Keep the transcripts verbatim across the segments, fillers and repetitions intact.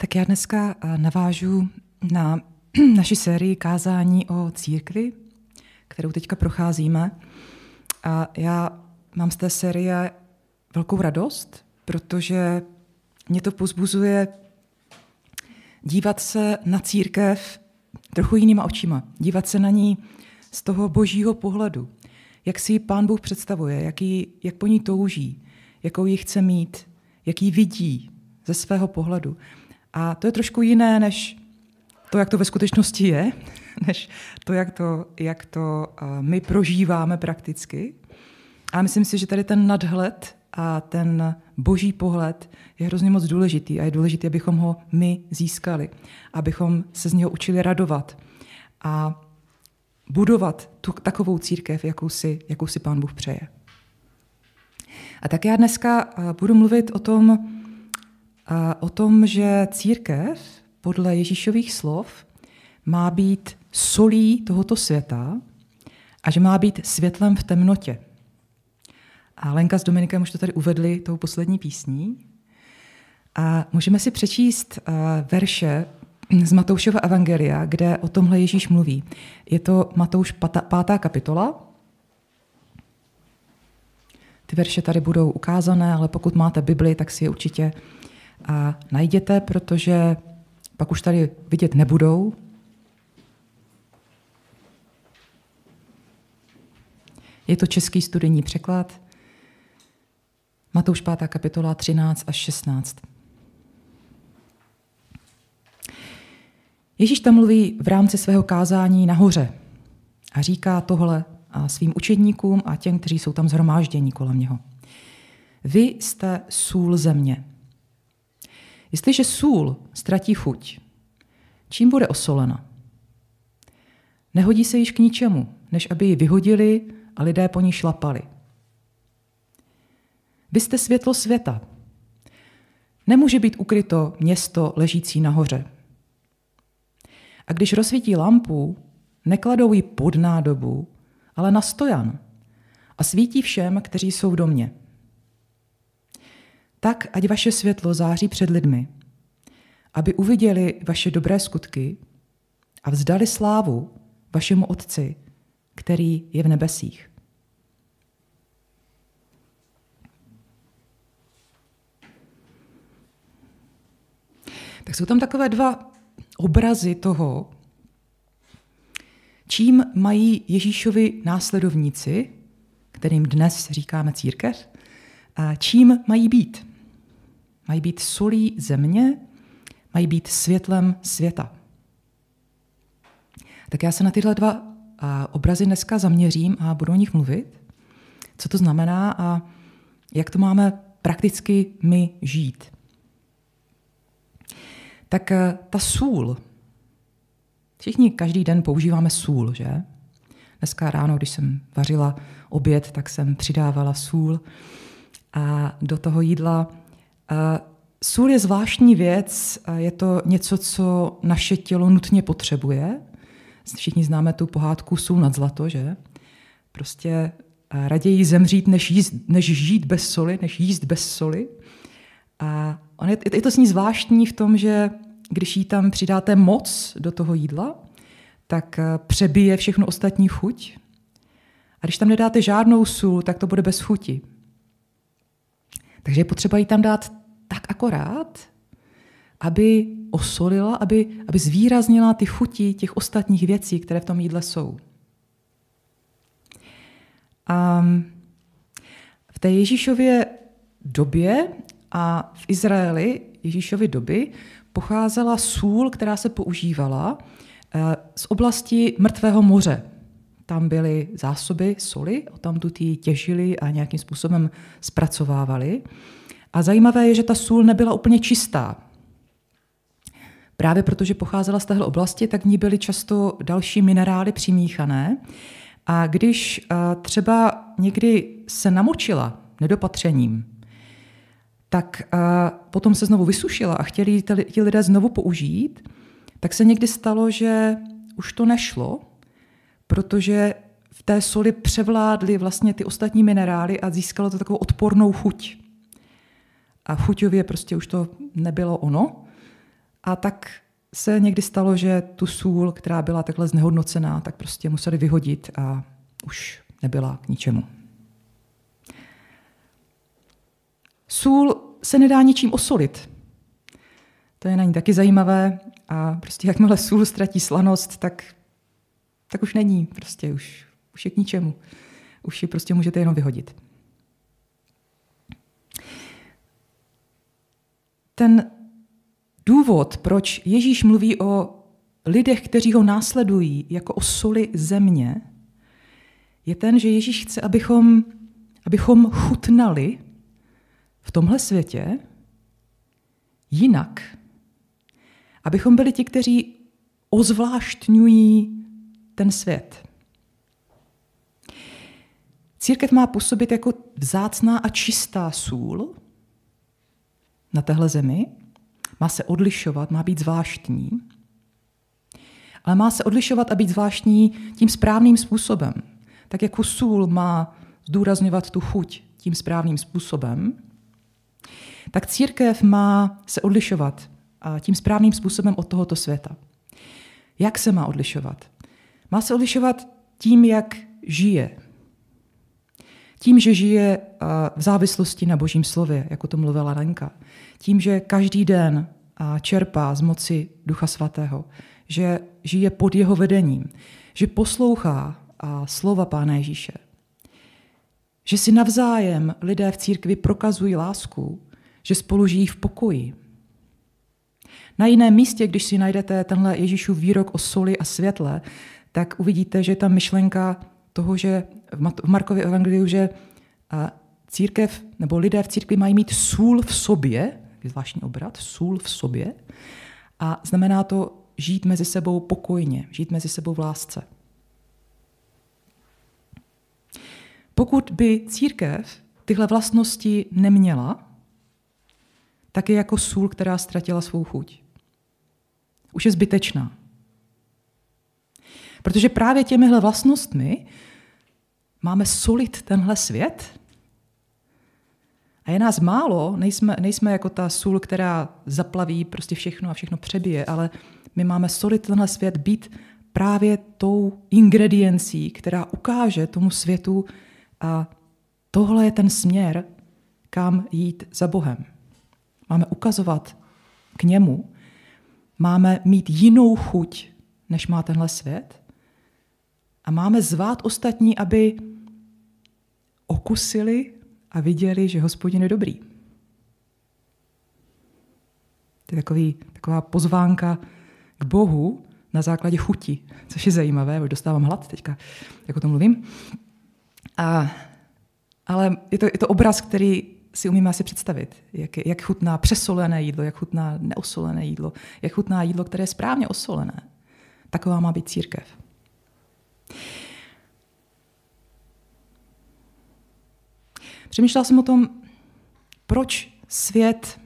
Tak já dneska navážu na naši sérii kázání o církvi, kterou teďka procházíme. A já mám z té série velkou radost, protože mě to povzbuzuje dívat se na církev trochu jinýma očima. Dívat se na ní z toho božího pohledu. Jak si ji Pán Bůh představuje, jak, ji, jak po ní touží, jakou ji chce mít, jak ji vidí ze svého pohledu. A to je trošku jiné, než to, jak to ve skutečnosti je, než to, jak to, jak to my prožíváme prakticky. A myslím si, že tady ten nadhled a ten boží pohled je hrozně moc důležitý a je důležité, abychom ho my získali, abychom se z něho učili radovat a budovat tu takovou církev, jakou si, jakou si Pán Bůh přeje. A tak já dneska budu mluvit o tom, o tom, že církev podle Ježíšových slov má být solí tohoto světa a že má být světlem v temnotě. A Lenka s Dominikem už to tady uvedli tou poslední písní. A můžeme si přečíst verše z Matoušova evangelia, kde o tomhle Ježíš mluví. Je to Matouš pátá kapitola. Ty verše tady budou ukázané, ale pokud máte Bibli, tak si je určitě a najděte, protože pak už tady vidět nebudou. Je to český studijní překlad. Matouš pátá kapitola třináct až šestnáct. Ježíš tam mluví v rámci svého kázání nahoře a říká tohle svým učedníkům a těm, kteří jsou tam shromáždění kolem něho. Vy jste sůl země. Jestliže sůl ztratí chuť, čím bude osolena? Nehodí se již k ničemu, než aby ji vyhodili a lidé po ní šlapali. Vy jste světlo světa. Nemůže být ukryto město ležící nahoře. A když rozsvítí lampu, nekladou ji pod nádobu, ale na stojan a svítí všem, kteří jsou v domě. Tak, ať vaše světlo září před lidmi, aby uviděli vaše dobré skutky a vzdali slávu vašemu Otci, který je v nebesích. Tak jsou tam takové dva obrazy toho, čím mají Ježíšovi následovníci, kterým dnes říkáme církev, a čím mají být. Mají být solí země, mají být světlem světa. Tak já se na tyhle dva obrazy dneska zaměřím a budu o nich mluvit, co to znamená a jak to máme prakticky my žít. Tak ta sůl. Všichni každý den používáme sůl, že? Dneska ráno, když jsem vařila oběd, tak jsem přidávala sůl a do toho jídla. Sůl je zvláštní věc, je to něco, co naše tělo nutně potřebuje. Všichni známe tu pohádku Sůl nad zlato, že? Prostě raději zemřít, než, jíst, než žít bez soli, než jíst bez soli. A on je, je to s ní zvláštní v tom, že když jí tam přidáte moc do toho jídla, tak přebije všechno ostatní chuť. A když tam nedáte žádnou sůl, tak to bude bez chuti. Takže je potřeba jí tam dát tak akorát, aby osolila, aby, aby zvýraznila ty chuti těch ostatních věcí, které v tom jídle jsou. A v té Ježíšově době a v Izraeli Ježíšovy doby pocházela sůl, která se používala z oblasti Mrtvého moře. Tam byly zásoby soli, odtamtud ji těžili a nějakým způsobem zpracovávali. A zajímavé je, že ta sůl nebyla úplně čistá. Právě protože pocházela z téhle oblasti, tak v ní byly často další minerály přimíchané. A když třeba někdy se namočila nedopatřením, tak potom se znovu vysušila a chtěli ti lidé znovu použít, tak se někdy stalo, že už to nešlo, protože v té soli převládly vlastně ty ostatní minerály a získalo to takovou odpornou chuť. A chuťově prostě už to nebylo ono. A tak se někdy stalo, že tu sůl, která byla takhle znehodnocená, tak prostě museli vyhodit a už nebyla k ničemu. Sůl se nedá ničím osolit. To je na ní taky zajímavé a prostě jakmile sůl ztratí slanost, tak, tak už není, prostě už, už je k ničemu. Už ji prostě můžete jenom vyhodit. Ten důvod, proč Ježíš mluví o lidech, kteří ho následují jako o soli země, je ten, že Ježíš chce, abychom, abychom chutnali v tomhle světě jinak. Abychom byli ti, kteří ozvláštňují ten svět. Církev má působit jako vzácná a čistá sůl na téhle zemi. Má se odlišovat, má být zvláštní. Ale má se odlišovat a být zvláštní tím správným způsobem. Tak jako sůl má zdůrazňovat tu chuť tím správným způsobem, tak církev má se odlišovat tím správným způsobem od tohoto světa. Jak se má odlišovat? Má se odlišovat tím, jak žije. Tím, že žije v závislosti na Božím slově, jako to mluvila Lenka. Tím, že každý den čerpá z moci Ducha Svatého. Že žije pod jeho vedením. Že poslouchá slova Pána Ježíše. Že si navzájem lidé v církvi prokazují lásku, že spolu žijí v pokoji. Na jiném místě, když si najdete tenhle Ježíšův výrok o soli a světle, tak uvidíte, že je tam myšlenka toho, že v Markově evangeliu, že církev nebo lidé v církvi mají mít sůl v sobě, zvláštní obrat, sůl v sobě, a znamená to žít mezi sebou pokojně, žít mezi sebou v lásce. Pokud by církev tyhle vlastnosti neměla, tak je jako sůl, která ztratila svou chuť. Už je zbytečná. Protože právě těmihle vlastnostmi máme solit tenhle svět a je nás málo, nejsme, nejsme jako ta sůl, která zaplaví prostě všechno a všechno přebije, ale my máme solit tenhle svět, být právě tou ingrediencí, která ukáže tomu světu a tohle je ten směr, kam jít za Bohem. Máme ukazovat k němu, máme mít jinou chuť, než má tenhle svět a máme zvát ostatní, aby okusili a viděli, že Hospodin je dobrý. To je takový, taková pozvánka k Bohu na základě chuti, což je zajímavé, už dostávám hlad teďka, jak o tom mluvím. A, ale je to, je to obraz, který si umíme asi představit, jak, jak chutná přesolené jídlo, jak chutná neosolené jídlo, jak chutná jídlo, které je správně osolené. Taková má být církev. Přemýšlela jsem o tom, proč svět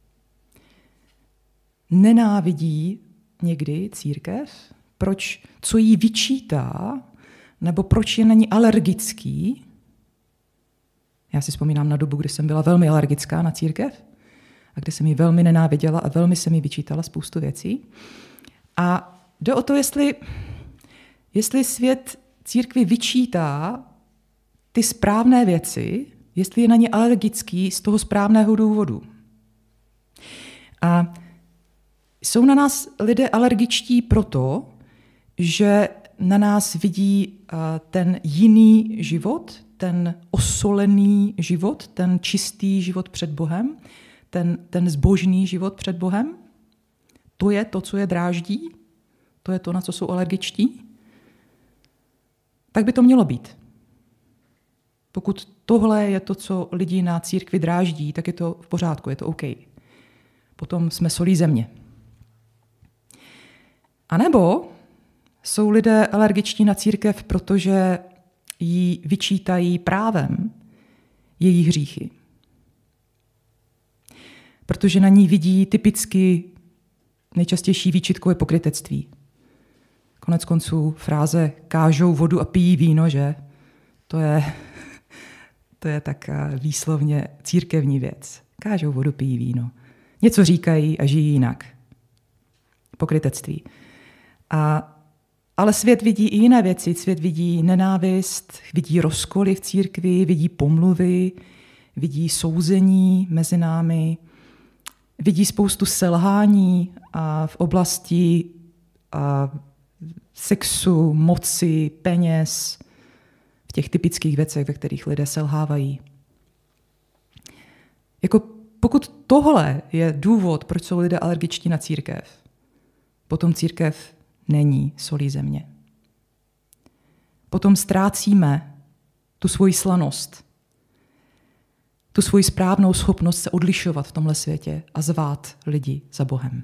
nenávidí někdy církev, proč, co jí vyčítá, nebo proč je na ní alergický. Já si vzpomínám na dobu, kdy jsem byla velmi alergická na církev a kdy jsem ji velmi nenáviděla a velmi se mi vyčítala spoustu věcí. A jde o to, jestli, jestli svět církvi vyčítá ty správné věci, jestli je na ně alergický z toho správného důvodu. A jsou na nás lidé alergičtí proto, že na nás vidí ten jiný život, ten osolený život, ten čistý život před Bohem, ten, ten zbožný život před Bohem. To je to, co je dráždí, to je to, na co jsou alergičtí. Tak by to mělo být. Pokud tohle je to, co lidi na církvi dráždí, tak je to v pořádku, je to OK. Potom jsme solí země. A nebo jsou lidé alergičtí na církev, protože jí vyčítají právem její hříchy. Protože na ní vidí typicky nejčastější výčitkou je pokrytectví. Konec konců fráze kážou vodu a pijí víno, že? To je, to je tak výslovně církevní věc. Kážou vodu, pijí víno. Něco říkají a žijí jinak. pokrytectví. A, ale svět vidí i jiné věci. Svět vidí nenávist, vidí rozkoly v církvi, vidí pomluvy, vidí souzení mezi námi, vidí spoustu selhání a v oblasti a sexu, moci, peněz, v těch typických věcech, ve kterých lidé selhávají. Jako pokud tohle je důvod, proč jsou lidé alergičtí na církev, potom církev není solí země. Potom ztrácíme tu svoji slanost, tu svoji správnou schopnost se odlišovat v tomhle světě a zvát lidi za Bohem.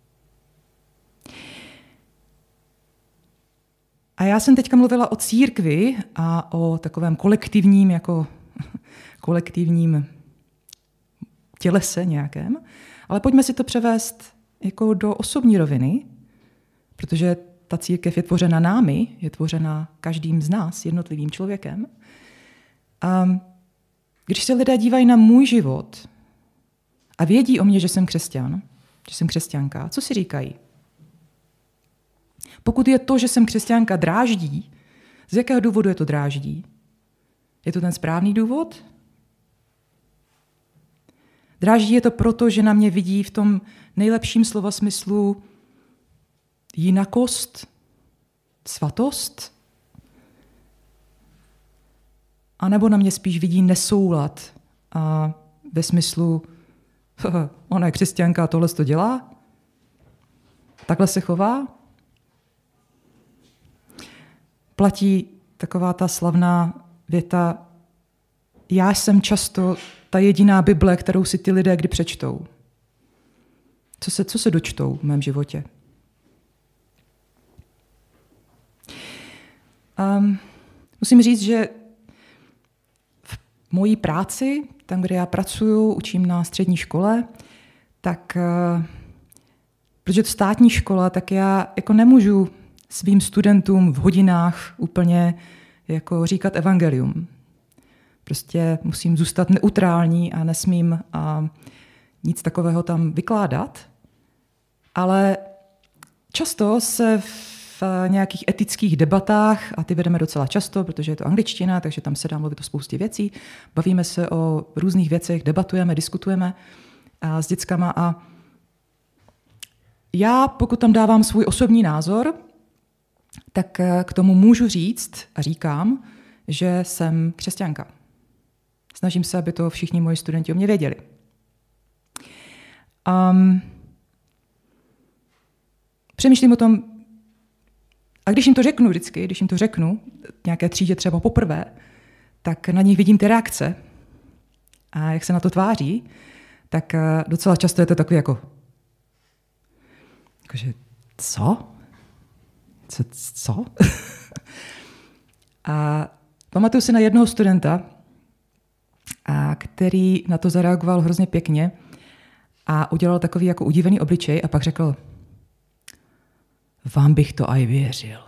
A já jsem teďka mluvila o církvi a o takovém kolektivním, jako kolektivním tělese nějakém, ale pojďme si to převést jako do osobní roviny, protože ta církev je tvořena námi, je tvořena každým z nás, jednotlivým člověkem. A když se lidé dívají na můj život a vědí o mě, že jsem křesťan, že jsem křesťanka, co si říkají? Pokud je to, že jsem křesťanka, dráždí, z jakého důvodu je to dráždí? Je to ten správný důvod? Dráždí je to proto, že na mě vidí v tom nejlepším slova smyslu jinakost, svatost? A nebo na mě spíš vidí nesoulad a ve smyslu ona je křesťanka a tohle to dělá? Takhle se chová? Platí taková ta slavná věta, já jsem často ta jediná Bible, kterou si ty lidé kdy přečtou. Co se, co se dočtou v mém životě? Um, musím říct, že v mojí práci, tam, kde já pracuji, učím na střední škole, tak uh, protože to státní škola, tak já jako nemůžu svým studentům v hodinách úplně jako říkat evangelium. Prostě musím zůstat neutrální a nesmím a nic takového tam vykládat. Ale často se v nějakých etických debatách, a ty vedeme docela často, protože je to angličtina, takže tam se dá mluvit o spoustě věcí, bavíme se o různých věcech, debatujeme, diskutujeme a s dětskama. A já, pokud tam dávám svůj osobní názor, tak k tomu můžu říct a říkám, že jsem křesťanka. Snažím se, aby to všichni moji studenti o mě věděli. Um, přemýšlím o tom, a když jim to řeknu vždycky, když jim to řeknu, nějaké třídě třeba poprvé, tak na nich vidím ty reakce. A jak se na to tváří, tak docela často je to takový jako, jakože, co? Co? co? A pamatuju si na jednoho studenta, a který na to zareagoval hrozně pěkně a udělal takový jako udivený obličej a pak řekl, vám bych to aj věřil.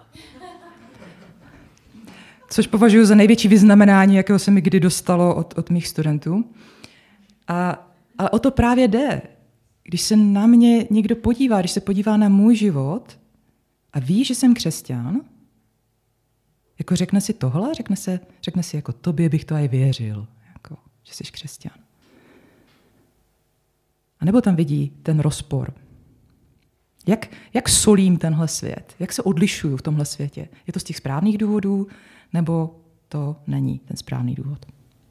Což považuji za největší vyznamenání, jakého se mi kdy dostalo od, od mých studentů. A, ale o to právě jde. Když se na mě někdo podívá, když se podívá na můj život a ví, že jsem křesťan, jako řekne si tohle, řekne, se, řekne si, jako tobě bych to aj věřil, jako, že jsi křesťan. A nebo tam vidí ten rozpor. Jak, jak solím tenhle svět? Jak se odlišuju v tomhle světě? Je to z těch správných důvodů, nebo to není ten správný důvod?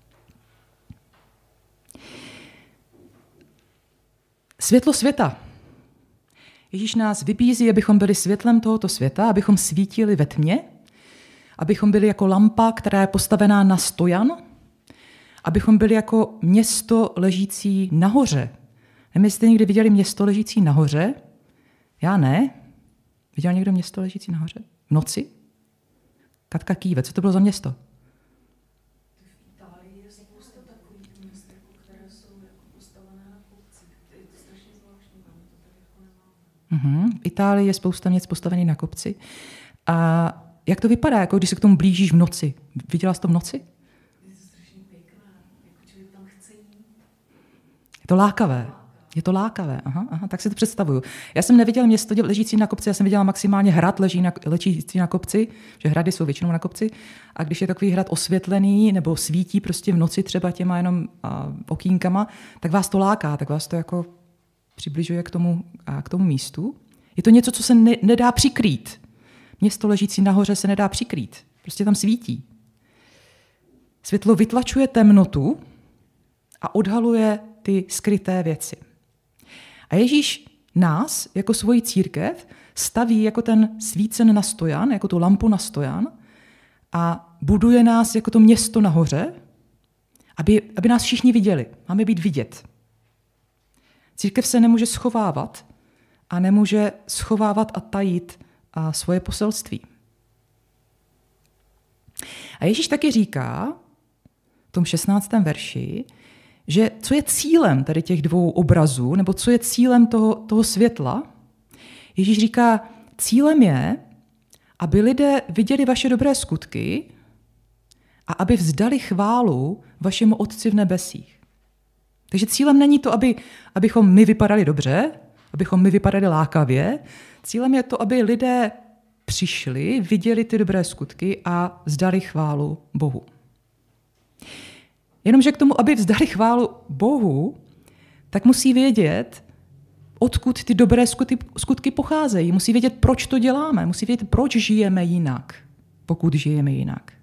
Světlo světa. Ježíš nás vybízí, abychom byli světlem tohoto světa, abychom svítili ve tmě, abychom byli jako lampa, která je postavená na stojan, abychom byli jako město ležící nahoře. Nevím, jestli jste někdy viděli město ležící nahoře. Já ne. Viděl někdo město ležící nahoře? V noci? Katka kýve. Co to bylo za město? V Itálii je spousta takových měst, které jsou jako postavené na kopci. Je to strašně zvláštní, ale to tady jako nemáme. Uh-huh. V Itálii je spousta měst postavených na kopci. A jak to vypadá, jako když se k tomu blížíš v noci? Viděla jsi to v noci? Je to strašně pěkné, jako člověk tam chce jít. Je to lákavé. Je to lákavé, aha, aha, tak si to představuju. Já jsem neviděla město ležící na kopci, já jsem viděla maximálně hrad leží na, ležící na kopci, že hrady jsou většinou na kopci, a když je takový hrad osvětlený nebo svítí prostě v noci třeba těma jenom a, okýnkama, tak vás to láká, tak vás to jako přibližuje k tomu, a, k tomu místu. Je to něco, co se ne, nedá přikrýt. Město ležící nahoře se nedá přikrýt, prostě tam svítí. Světlo vytlačuje temnotu a odhaluje ty skryté věci. A Ježíš nás, jako svoji církev, staví jako ten svícen na stojan, jako tu lampu na stojan a buduje nás jako to město nahoře, aby, aby nás všichni viděli. Máme být vidět. Církev se nemůže schovávat a nemůže schovávat a tajit a svoje poselství. A Ježíš taky říká v tom šestnáctém verši, že co je cílem tady těch dvou obrazů, nebo co je cílem toho, toho světla. Ježíš říká, cílem je, aby lidé viděli vaše dobré skutky a aby vzdali chválu vašemu Otci v nebesích. Takže cílem není to, aby, abychom my vypadali dobře, abychom my vypadali lákavě. Cílem je to, aby lidé přišli, viděli ty dobré skutky a vzdali chválu Bohu. Jenomže k tomu, aby vzdali chválu Bohu, tak musí vědět, odkud ty dobré skutky, skutky pocházejí. Musí vědět, proč to děláme. Musí vědět, proč žijeme jinak, pokud žijeme jinak.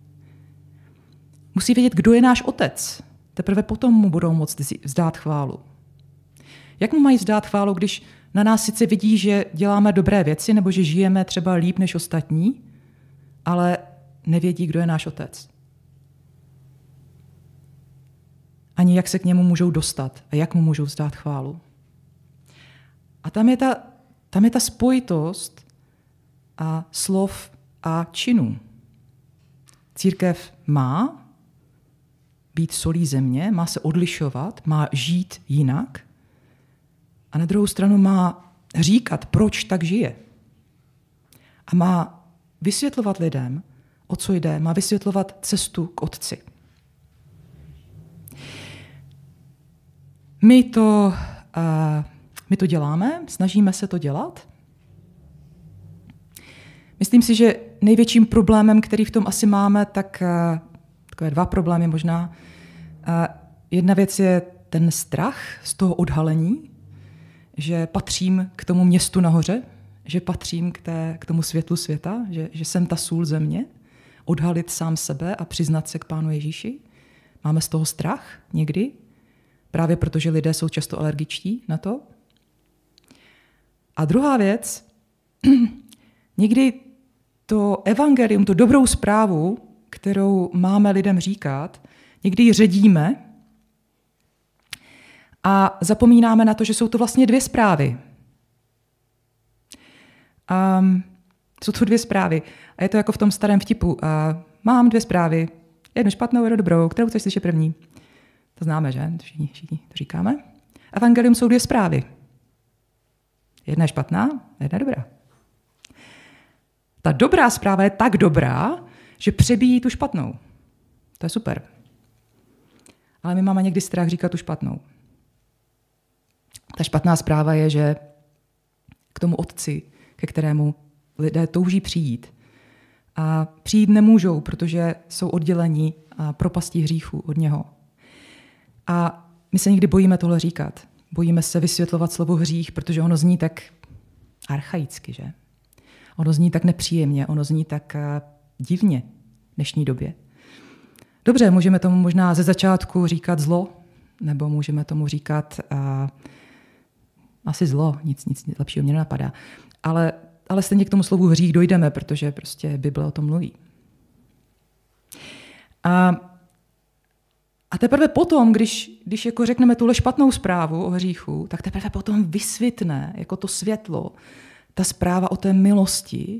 Musí vědět, kdo je náš Otec. Teprve potom mu budou moct vzdát chválu. Jak mu mají vzdát chválu, když na nás sice vidí, že děláme dobré věci nebo že žijeme třeba líp než ostatní, ale nevědí, kdo je náš Otec? Ani jak se k němu můžou dostat a jak mu můžou vzdát chválu. A tam je ta, tam je ta spojitost a slov a činů. Církev má být solí země, má se odlišovat, má žít jinak a na druhou stranu má říkat, proč tak žije. A má vysvětlovat lidem, o co jde, má vysvětlovat cestu k Otci. My to, uh, my to děláme, snažíme se to dělat. Myslím si, že největším problémem, který v tom asi máme, tak uh, takové dva problémy možná. Uh, jedna věc je ten strach z toho odhalení, že patřím k tomu městu nahoře, že patřím k, té, k tomu světlu světa, že, že jsem ta sůl země, odhalit sám sebe a přiznat se k Pánu Ježíši. Máme z toho strach někdy, právě protože lidé jsou často alergičtí na to. A druhá věc, někdy to evangelium, tu dobrou zprávu, kterou máme lidem říkat, někdy ji ředíme a zapomínáme na to, že jsou to vlastně dvě zprávy. Um, jsou to dvě zprávy. A je to jako v tom starém vtipu. Uh, mám dvě zprávy, jednu špatnou, jednu dobrou, kterou chceš slyšet první. To známe, že? Všichni, všichni to říkáme. Evangelium jsou dvě zprávy. Jedna je špatná, jedna je dobrá. Ta dobrá zpráva je tak dobrá, že přebíjí tu špatnou. To je super. Ale my máme někdy strach říkat tu špatnou. Ta špatná zpráva je, že k tomu Otci, ke kterému lidé touží přijít, a přijít nemůžou, protože jsou odděleni a propastí hříchu od něho. A my se někdy bojíme tohle říkat. Bojíme se vysvětlovat slovo hřích, protože ono zní tak archaicky, že? Ono zní tak nepříjemně, ono zní tak divně v dnešní době. Dobře, můžeme tomu možná ze začátku říkat zlo, nebo můžeme tomu říkat uh, asi zlo, nic, nic lepšího mě nenapadá. Ale, ale stejně k tomu slovu hřích dojdeme, protože prostě Bible o tom mluví. A, a teprve potom, když, když jako řekneme tuhle špatnou zprávu o hříchu, tak teprve potom vysvětne jako to světlo, ta zpráva o té milosti